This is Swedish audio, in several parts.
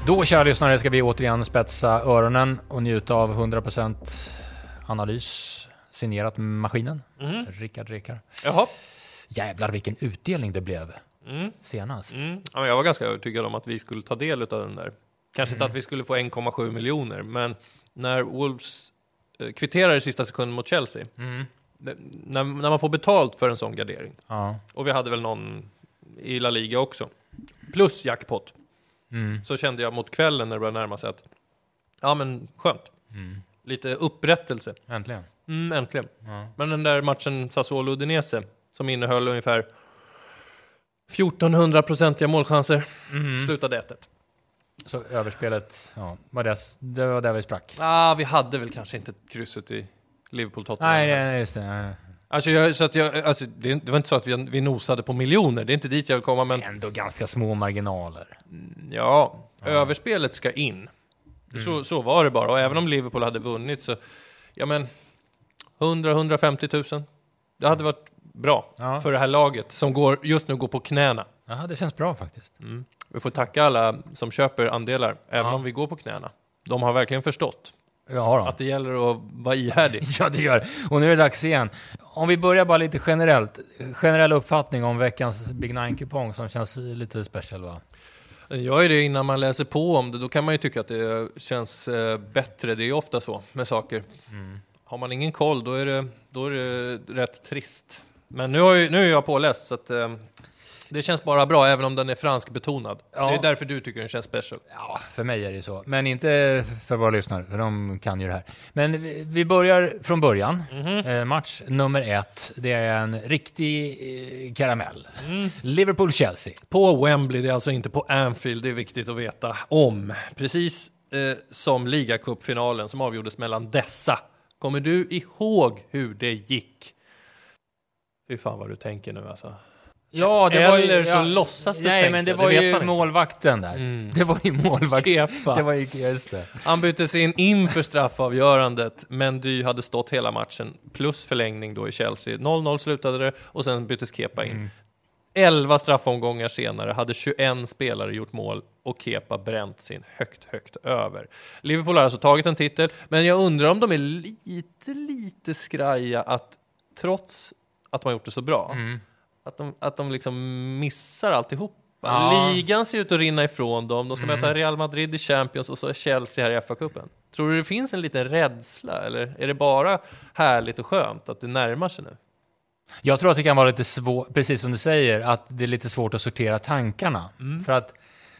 Då, kära lyssnare, ska vi återigen spetsa öronen och njuta av 100% analys. Signerat maskinen. Rickard Rekar. Jaha. Jävlar vilken utdelning det blev senast. Ja, men jag var ganska övertygad om att vi skulle ta del av den där. Kanske inte att vi skulle få 1,7 miljoner, men när Wolves kvitterar i sista sekunden mot Chelsea, när man får betalt för en sån gardering, och vi hade väl någon i La Liga också, plus jackpot, så kände jag mot kvällen när det började närma sig att ja, men skönt. Lite upprättelse. Äntligen. Äntligen. Men den där matchen Sassuolo-Udinese som innehöll ungefär 1400% målchanser slutade 1-1. Så överspelet, det var där vi sprack. Vi hade väl kanske inte krysset i Liverpool-Tottenham. Nej, just det. Det var inte så att vi nosade på miljoner. Det är inte dit jag vill komma, men ändå ganska små marginaler. Ja, överspelet ska in. Så var det bara. Och även om Liverpool hade vunnit så, 100-150 000. Det hade varit bra för det här laget som just nu går på knäna. Ja, det känns bra faktiskt. Vi får tacka alla som köper andelar, även om vi går på knäna. De har verkligen förstått att det gäller att vara ihärdig. Ja, det gör. Och nu är det dags igen. Om vi börjar bara lite generellt. Generell uppfattning om veckans Big Nine-kupong som känns lite special, va? Jag är det innan man läser på om det. Då kan man ju tycka att det känns bättre. Det är ju ofta så med saker. Har man ingen koll, då är det rätt trist. Men nu är jag påläst, så att det känns bara bra, även om den är franskbetonad. Ja. Det är därför du tycker den känns special. Ja, för mig är det så. Men inte för våra lyssnare, för de kan ju det här. Men vi börjar från början. Match nummer 1. Det är en riktig karamell. Liverpool-Chelsea. På Wembley, det är alltså inte på Anfield. Det är viktigt att veta om. Precis som ligacupfinalen som avgjordes mellan dessa. Kommer du ihåg hur det gick? Fy fan vad du tänker nu alltså. Ja, det var ju, eller så låtsas du tänka. Men det var ju målvakten där. Det var ju målvakten. Det var ju just det. Han bytte sig in för straffavgörandet, men du hade stått hela matchen plus förlängning då i Chelsea. 0-0 slutade det och sen byttes Kepa in. 11 straffomgångar senare hade 21 spelare gjort mål och Kepa bränt sin högt över. Liverpool har alltså tagit en titel, men jag undrar om de är lite skraja att trots att man gjort det så bra att de liksom missar alltihop. Ligan ser ut att rinna ifrån dem. De ska möta Real Madrid i Champions och så är Chelsea här i FA-cupen. Tror du det finns en liten rädsla, eller är det bara härligt och skönt att det närmar sig nu? Jag tror att det kan vara lite svårt, precis som du säger, att det är lite svårt att sortera tankarna. För att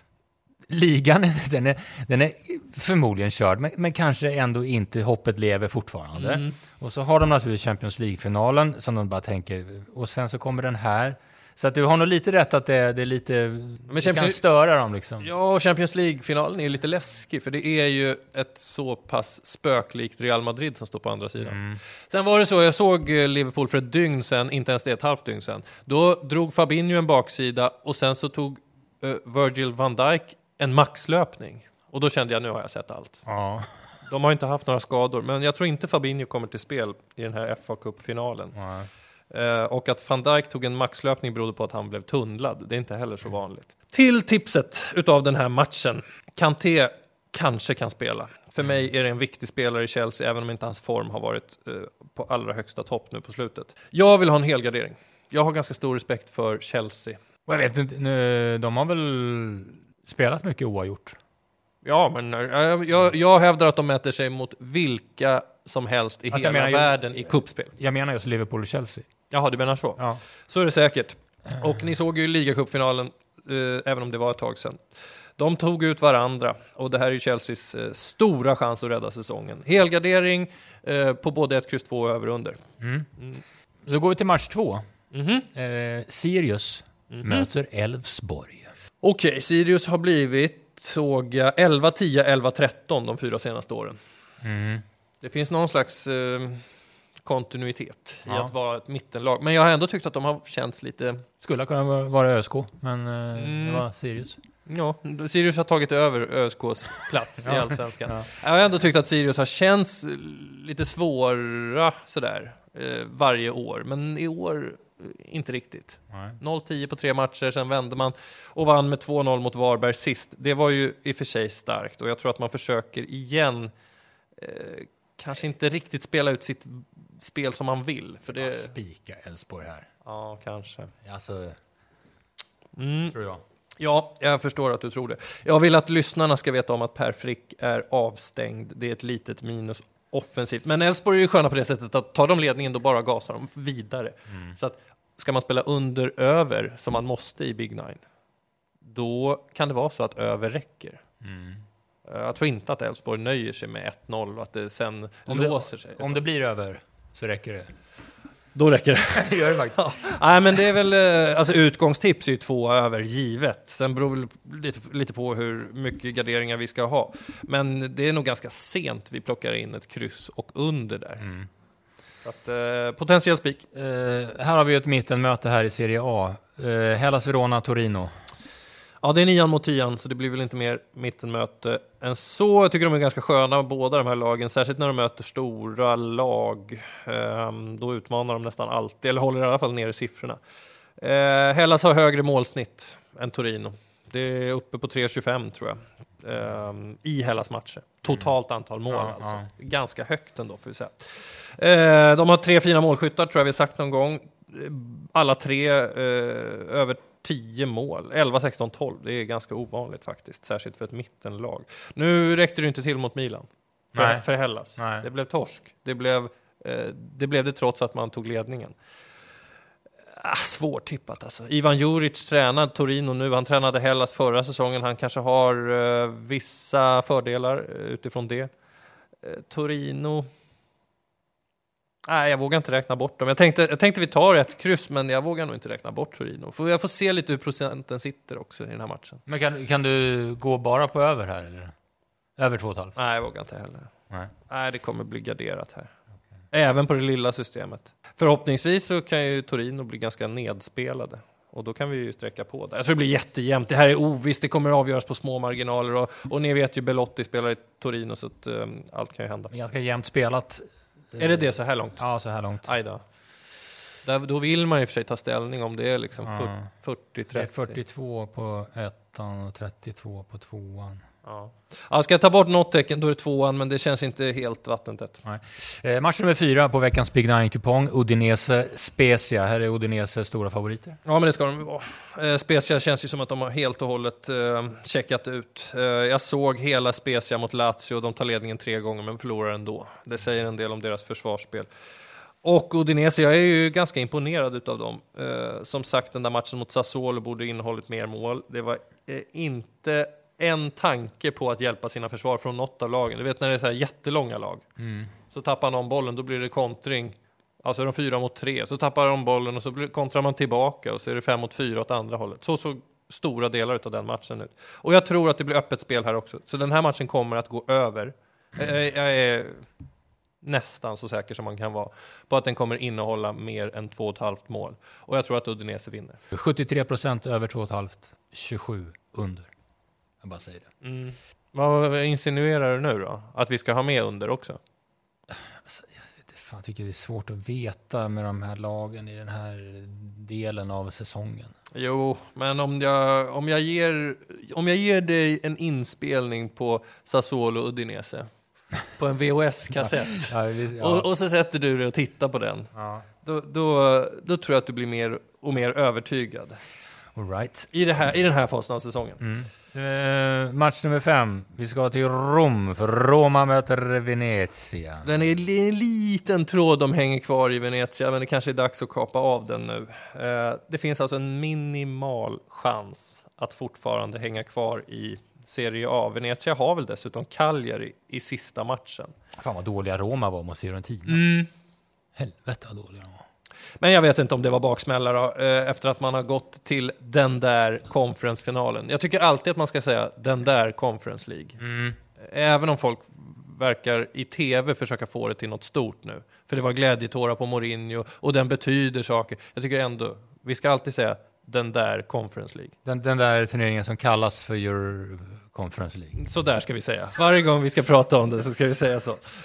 ligan, den är förmodligen körd, men kanske ändå inte, hoppet lever fortfarande. Och så har de naturligtvis Champions League-finalen som de bara tänker, och sen så kommer den här. Så att du har nog lite rätt att det är lite, men det kan störa dem liksom. Ja, Champions League-finalen är lite läskig, för det är ju ett så pass spöklikt Real Madrid som står på andra sidan. Sen var det så, jag såg Liverpool för ett dygn sen, inte ens det, ett halvt dygn sen. Då drog Fabinho en baksida och sen så tog Virgil van Dijk en maxlöpning. Och då kände jag, nu har jag sett allt. Ja. De har inte haft några skador, men jag tror inte Fabinho kommer till spel i den här FA-cup-finalen. Och att Van Dijk tog en maxlöpning berodde på att han blev tunnlad. Det är inte heller så vanligt. Till tipset utav den här matchen. Kanté kanske kan spela. För mig är det en viktig spelare i Chelsea, även om inte hans form har varit på allra högsta topp nu på slutet. Jag vill ha en helgardering. Jag har ganska stor respekt för Chelsea. Jag vet inte, de har väl spelat mycket oavgjort. Ja, men jag hävdar att de mäter sig mot vilka som helst i hela världen i kuppspel. Jag menar just Liverpool och Chelsea. Jaha, du menar så? Ja. Så är det säkert. Och ni såg ju ligacupfinalen, även om det var ett tag sedan. De tog ut varandra, och det här är ju Chelseas stora chans att rädda säsongen. Helgardering på både 1-2 och över under. Då går vi till match 2. Sirius möter Elfsborg. Okej, Sirius har blivit, såg jag, 11-10, 11-13 de 4 senaste åren. Det finns någon slags kontinuitet i att vara ett mittenlag. Men jag har ändå tyckt att de har känts lite... Skulle kunna vara ÖSK, men det var Sirius. Ja, Sirius har tagit över ÖSKs plats i Allsvenskan. Jag har ändå tyckt att Sirius har känts lite svåra sådär varje år. Men i år inte riktigt. Nej. 0-10 på 3 matcher, sen vände man och vann med 2-0 mot Varberg sist. Det var ju i och för sig starkt och jag tror att man försöker igen kanske inte riktigt spela ut sitt spel som man vill. För det... Spika Elfsborg här. Ja, kanske. Alltså, tror jag. Ja, jag förstår att du tror det. Jag vill att lyssnarna ska veta om att Per Frick är avstängd. Det är ett litet minus offensivt. Men Elfsborg är ju sköna på det sättet att tar de ledningen då bara gasar de vidare. Så att ska man spela under över som man måste i Big Nine, då kan det vara så att över räcker. Jag tror inte att Elfsborg nöjer sig med 1-0 och att det sen låser sig. Om det blir över så räcker det. Då räcker det. Gör det faktiskt. Ja. Nej, men det är väl, alltså utgångstips är ju 2 över, givet. Sen beror väl lite på hur mycket garderingar vi ska ha. Men det är nog ganska sent vi plockar in ett kryss och under där. Så att, potentiell spik. Här har vi ett mittenmöte här i Serie A. Hellas Verona, Torino. Ja, det är 9 mot 10, så det blir väl inte mer mittenmöte än så. Jag tycker de är ganska sköna, båda de här lagen. Särskilt när de möter stora lag. Då utmanar de nästan alltid, eller håller i alla fall ner siffrorna. Hellas har högre målsnitt än Torino. Det är uppe på 3,25 tror jag. I Hellas matcher. Totalt antal mål alltså. Ja. Ganska högt ändå får vi säga. De har 3 fina målskyttar tror jag vi sagt någon gång. Alla 3 över 10 mål. 11, 16, 12. Det är ganska ovanligt faktiskt. Särskilt för ett mittenlag. Nu räckte det inte till mot Milan. För Hellas. Nej. Det blev torsk. Det blev det trots att man tog ledningen. Svårt tippat alltså. Ivan Juric tränar Torino nu. Han tränade Hellas förra säsongen. Han kanske har vissa fördelar utifrån det. Torino... Nej, jag vågar inte räkna bort dem. Jag tänkte vi tar ett kryss, men jag vågar nog inte räkna bort Torino. Jag får se lite hur procenten sitter också i den här matchen. Men kan du gå bara på över här? Eller? Över 2,5? Nej, jag vågar inte heller. Nej, det kommer bli garderat här. Okay. Även på det lilla systemet. Förhoppningsvis så kan ju Torino bli ganska nedspelade. Och då kan vi ju sträcka på det. Jag tror det blir jättejämnt. Det här är ovisst. Det kommer att avgöras på små marginaler. Och ni vet ju, Belotti spelar i Torino, så att allt kan ju hända. Ganska jämnt spelat. Är det så här långt? Ja, så här långt. Aj då. Då vill man ju för sig ta ställning om det är liksom 40-30. Det är 42 på 1:an och 32 på 2:an. Ja, ska jag ta bort något tecken då är det 2:an, men det känns inte helt vattentätt. Nej. Match nummer 4 på veckans Big Nine-kupong. Udinese Spezia. Här är Udinese stora favoriter. Ja, men det ska de vara. Spezia känns ju som att de har helt och hållet checkat ut. Jag såg hela Spezia mot Lazio. De tar ledningen 3 gånger men förlorar ändå. Det säger en del om deras försvarsspel. Och Udinese, jag är ju ganska imponerad utav dem. Som sagt, den där matchen mot Sassuolo borde innehållit mer mål. Det var inte en tanke på att hjälpa sina försvar från något av lagen. Du vet när det är så här jättelånga lag. Så tappar någon bollen, då blir det kontring. Alltså är de 4 mot 3. Så tappar de bollen och så kontrar man tillbaka. Och så är det 5 mot 4 åt andra hållet. Så stora delar av den matchen ut. Och jag tror att det blir öppet spel här också. Så den här matchen kommer att gå över. Jag är nästan så säker som man kan vara på att den kommer innehålla mer än 2,5 mål. Och jag tror att Udinese vinner. 73% över 2,5. 27 under. Jag bara säger det. Vad insinuerar du nu då? Att vi ska ha med under också? Alltså, jag tycker det är svårt att veta med de här lagen i den här delen av säsongen. Jo, men om jag ger dig en inspelning på Sassuolo och Udinese på en VHS-kassett och så sätter du dig och tittar på den. Då tror jag att du blir mer och mer övertygad. All right. I den här fasen av säsongen. Match nummer 5. Vi ska till Rom, för Roma möter Venezia. Den är en liten tråd de hänger kvar i Venezia, men det kanske är dags att kapa av den nu. Det finns alltså en minimal chans att fortfarande hänga kvar i Serie A. Venezia har väl dessutom Cagliari i sista matchen. Fan vad dåliga Roma var mot Fiorentina. Helvete vad dåliga de var. Men jag vet inte om det var baksmälla då, efter att man har gått till den där conference-finalen. Jag tycker alltid att man ska säga den där Conference League. Även om folk verkar i tv försöka få det till något stort nu. För det var glädjetårar på Mourinho och den betyder saker. Jag tycker ändå, vi ska alltid säga den där Conference League. Den där turneringen som kallas för your Conference League. Så där ska vi säga. Varje gång vi ska prata om det så ska vi säga så.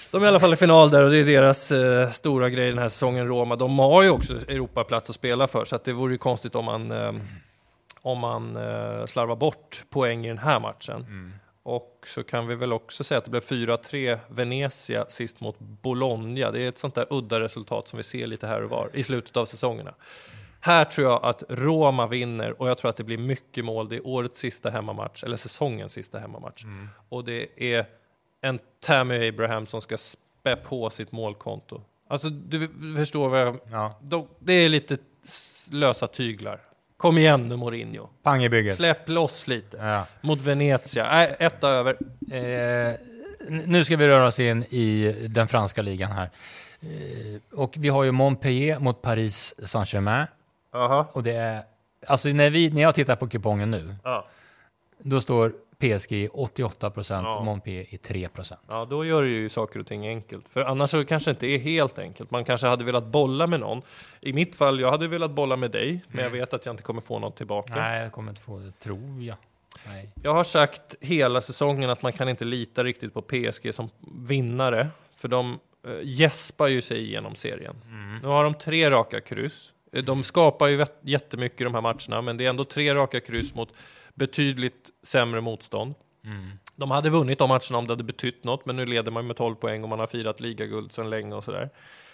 De är i alla fall i final där och det är deras stora grej den här säsongen, Roma. De har ju också Europaplats att spela för, så att det vore ju konstigt om man slarvar bort poäng i den här matchen. Och så kan vi väl också säga att det blev 4-3 Venezia sist mot Bologna. Det är ett sånt där udda resultat som vi ser lite här och var i slutet av säsongerna. Här tror jag att Roma vinner och jag tror att det blir mycket mål. Det är årets sista hemmamatch, eller säsongens sista hemmamatch. Och det är en Tammy Abraham som ska spä på sitt målkonto. Alltså du förstår vad jag... Ja. Det är lite lösa tyglar. Kom igen nu Mourinho. Pang i bygget. Släpp loss lite mot Venezia. Etta över. Nu ska vi röra oss in i den franska ligan här. Och vi har ju Montpellier mot Paris Saint-Germain. Och det är... Alltså när jag tittar på kupongen nu, då står PSG i 88%, Montpellier i 3%. Ja, då gör det ju saker och ting enkelt. För annars så kanske inte är helt enkelt. Man kanske hade velat bolla med någon. I mitt fall, jag hade velat bolla med dig, men jag vet att jag inte kommer få något tillbaka. Nej, jag kommer inte få det, tror jag. Nej. Jag har sagt hela säsongen att man kan inte lita riktigt på PSG som vinnare. För de gäspar ju sig igenom serien. Nu har de 3 raka kryss. De skapar ju jättemycket i de här matcherna, men det är ändå 3 raka kryss mot betydligt sämre motstånd. De hade vunnit de matcherna om det hade betytt något, men nu leder man med 12 poäng och man har firat ligaguld sedan länge och sådär.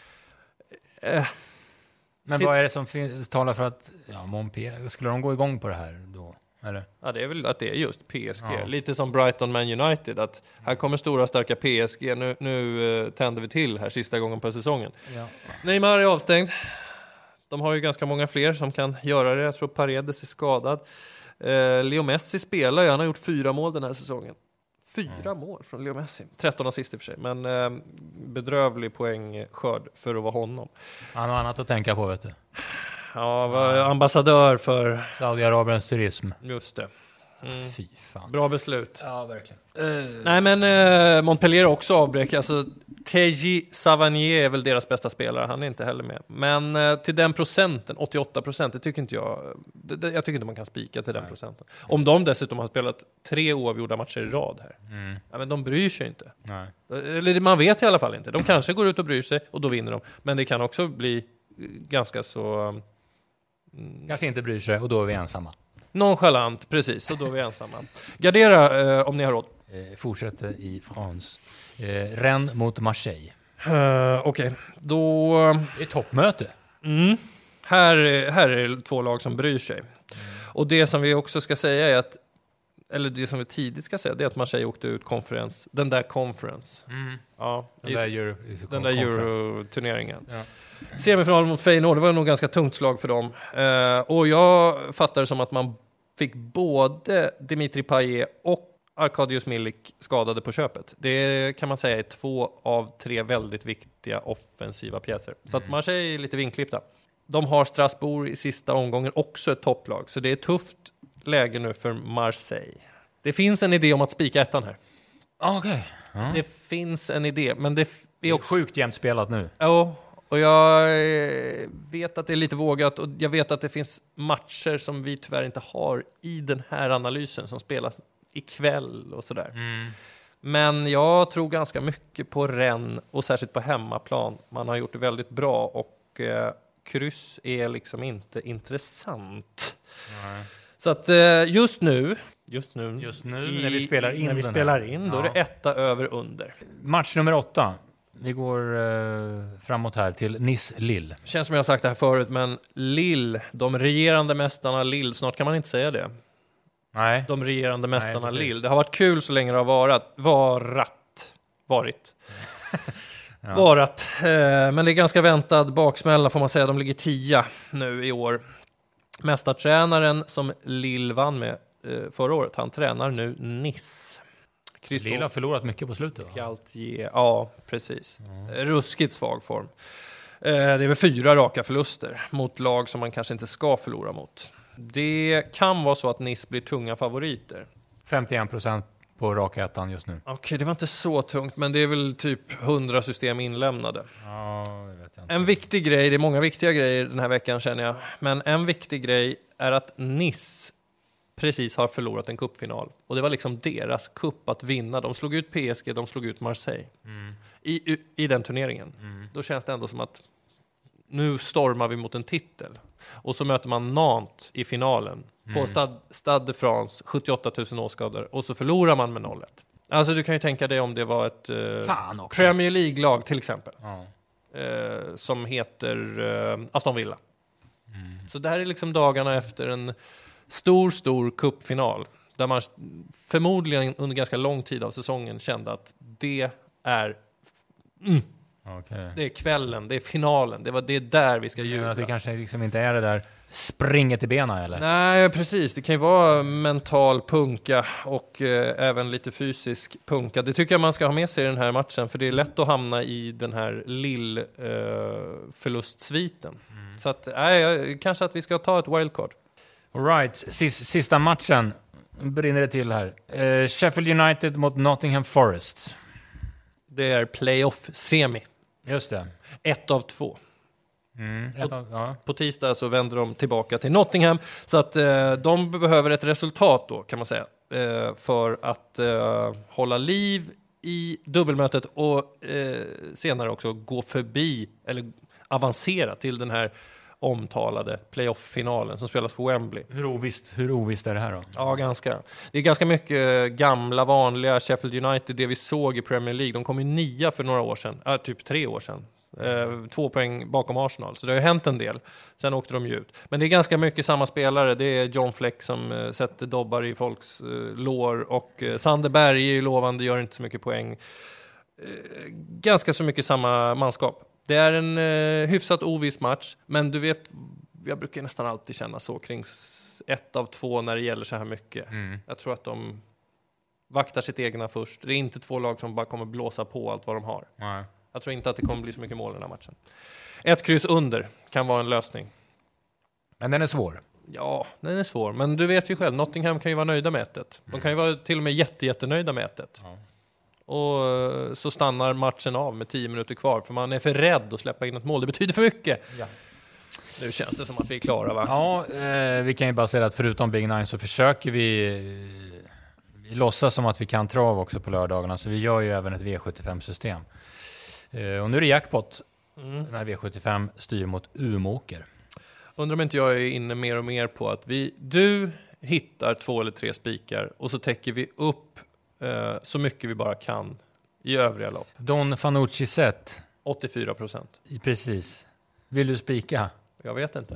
Men vad är det som talar för att Montpellier, skulle de gå igång på det här då? Eller? Ja, det är väl att det är just PSG. Ja. Lite som Brighton Man United, att här kommer stora starka PSG, nu tänder vi till här sista gången på säsongen. Ja. Neymar är avstängd. De har ju ganska många fler som kan göra det. Jag tror Paredes är skadad. Leo Messi spelar ju. Han har gjort 4 mål den här säsongen. 4 mål från Leo Messi. 13 assist i och för sig. Men bedrövlig poängskörd för att vara honom. Han har annat att tänka på, vet du. Ja, var ambassadör för Saudiarabiens turism. Just det. Fy fan. Bra beslut. Ja, verkligen. Nej, men Montpellier också avbräck. Alltså, Teji Savanier är väl deras bästa spelare. Han är inte heller med. Men till den procenten, 88%, det tycker inte jag. Jag tycker inte man kan spika till den procenten. Om de dessutom har spelat 3 oavgjorda matcher i rad här. Ja, men de bryr sig inte. Nej. Eller man vet i alla fall inte. De kanske går ut och bryr sig och då vinner de. Men det kan också bli ganska så... Kanske inte bryr sig och då är vi ensamma. Nonchalant, precis. Och då är vi ensamma. Gardera om ni har råd. Fortsätter i France. Rennes mot Marseille. Okej, då... Det är toppmöte. Här är 2 lag som bryr sig. Och det som vi också ska säga är att... Eller det som vi tidigt ska säga, det är att Marseille åkte ut conference. Den där conference. Ja, den där Euro-turneringen. Ja. Semifinal mot Feyenoord, det var nog ganska tungt slag för dem. Och jag fattar det som att man fick både Dimitri Payet och Arkadiusz Milik skadade på köpet. Det kan man säga är 2 av 3 väldigt viktiga offensiva pjäser. Så att Marseille är lite vinklippta. De har Strasbourg i sista omgången, också ett topplag. Så det är tufft läge nu för Marseille. Det finns en idé om att spika ettan här. Okej. Ja. Det finns en idé, men det är också sjukt jämnt spelat nu. Ja, och jag vet att det är lite vågat och jag vet att det finns matcher som vi tyvärr inte har i den här analysen som spelas ikväll och sådär. Men jag tror ganska mycket på Rennes och särskilt på hemmaplan. Man har gjort det väldigt bra och kryss är liksom inte intressant. Nej. Så att just nu när vi spelar in då är det 1 över under. Match nummer 8. Vi går framåt här till Nice-Lille. Känns som jag har sagt det här förut, men Lille, de regerande mästarna Lille, snart kan man inte säga det. Nej. De regerande mästarna Lille. Det har varit kul så länge det har varit. Men det är ganska väntad baksmälla får man säga. De ligger 10 nu i år. Mästartränaren som Lille vann med förra året, han tränar nu Nice. Lille har förlorat mycket på slutet, va? Galtier, ja, precis. Ruskigt svag form. Det är väl 4 raka förluster mot lag som man kanske inte ska förlora mot. Det kan vara så att Nice blir tunga favoriter. 51% på raka ettan just nu. Okej, det var inte så tungt, men det är väl typ 100 system inlämnade. Ja, det vet jag inte. En viktig grej, det är många viktiga grejer den här veckan känner jag, men en viktig grej är att Nice precis har förlorat en cupfinal. Och det var liksom deras cup att vinna. De slog ut PSG, de slog ut Marseille i den turneringen. Då känns det ändå som att nu stormar vi mot en titel. Och så möter man Nantes i finalen på Stade de France, 78 000 åskådare. Och så förlorar man med 0-1. Alltså du kan ju tänka dig om det var ett Premier League-lag till exempel. Som heter Aston Villa. Så det här är liksom dagarna efter en stor cupfinal. Där man förmodligen under ganska lång tid av säsongen kände att det är det är kvällen, det är finalen. Det är där vi ska jubla. Att det kanske liksom inte är det där springet i benen eller? Nej, precis. Det kan ju vara mental punka och även lite fysisk punka. Det tycker jag man ska ha med sig i den här matchen. För det är lätt att hamna i den här förlustsviten. Så att, kanske att vi ska ta ett wildcard. All right, sista matchen brinner det till här. Sheffield United mot Nottingham Forest. Det är playoff-semi. Just det. 1 av 2. På tisdag så vänder de tillbaka till Nottingham. Så att de behöver ett resultat då, kan man säga. För att hålla liv i dubbelmötet och senare också gå förbi eller avancera till den här omtalade playoff-finalen som spelas på Wembley. Hur ovisst är det här då? Ja, ganska. Det är ganska mycket gamla, vanliga Sheffield United, det vi såg i Premier League. De kom ju 9 för några år sedan, typ 3 år sedan. 2 poäng bakom Arsenal, så det har ju hänt en del. Sen åkte de ju ut. Men det är ganska mycket samma spelare. Det är John Fleck som sätter dobbar i folks lår och Sander Berg är ju lovande, gör inte så mycket poäng. Ganska så mycket samma manskap. Det är en hyfsat oviss match, men du vet, jag brukar nästan alltid känna så kring 1 av 2 när det gäller så här mycket. Jag tror att de vaktar sitt egna först. Det är inte 2 lag som bara kommer blåsa på allt vad de har. Nej. Jag tror inte att det kommer bli så mycket mål i den här matchen. 1 kryss under kan vara en lösning. Men den är svår. Ja, den är svår. Men du vet ju själv, Nottingham kan ju vara nöjda med 1-1. De kan ju vara till och med jättenöjda med 1-1. Ja. Och så stannar matchen av med 10 minuter kvar. För man är för rädd att släppa in ett mål. Det betyder för mycket. Ja. Nu känns det som att vi är klara, va? Ja, vi kan ju bara säga att förutom Big Nine så försöker vi låtsas som att vi kan trav också på lördagarna. Så vi gör ju även ett V75-system. Och nu är det jackpot. Den här V75 styr mot Umeåker. Undrar om inte jag är inne mer och mer på att du hittar 2 eller 3 spikar och så täcker vi upp så mycket vi bara kan i övriga lopp. Don Fanucci set 84%. Precis. Vill du spika? Jag vet inte.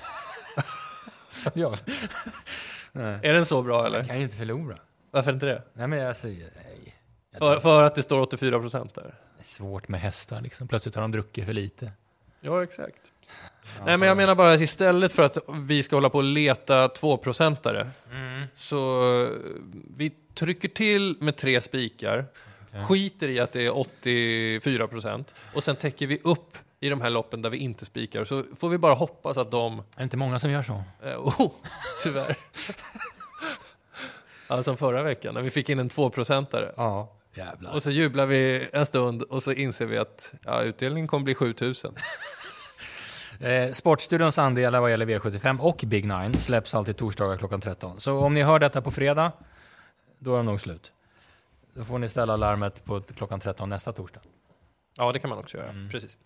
Ja. Är den så bra eller? Jag kan ju inte förlora. Varför inte det? Nej, men jag säger nej. För att det står 84% där. Det är svårt med hästar liksom. Plötsligt har de druckit för lite. Ja, exakt. Nej, men jag menar bara att istället för att vi ska hålla på och leta 2%are så vi trycker till med 3 spikar, skiter i att det är 84% och sen täcker vi upp i de här loppen där vi inte spikar, så får vi bara hoppas att de... Är det inte många som gör så? Tyvärr. Alltså som förra veckan när vi fick in en 2%are. Ja, jävlar. Och så jublar vi en stund och så inser vi att utdelningen kommer bli 7000. Sportstudions andelar vad gäller V75 och Big Nine släpps alltid torsdagar klockan 13. Så om ni hör detta på fredag, då är det nog slut. Då får ni ställa larmet på klockan 13 nästa torsdag. Ja, det kan man också göra. Precis.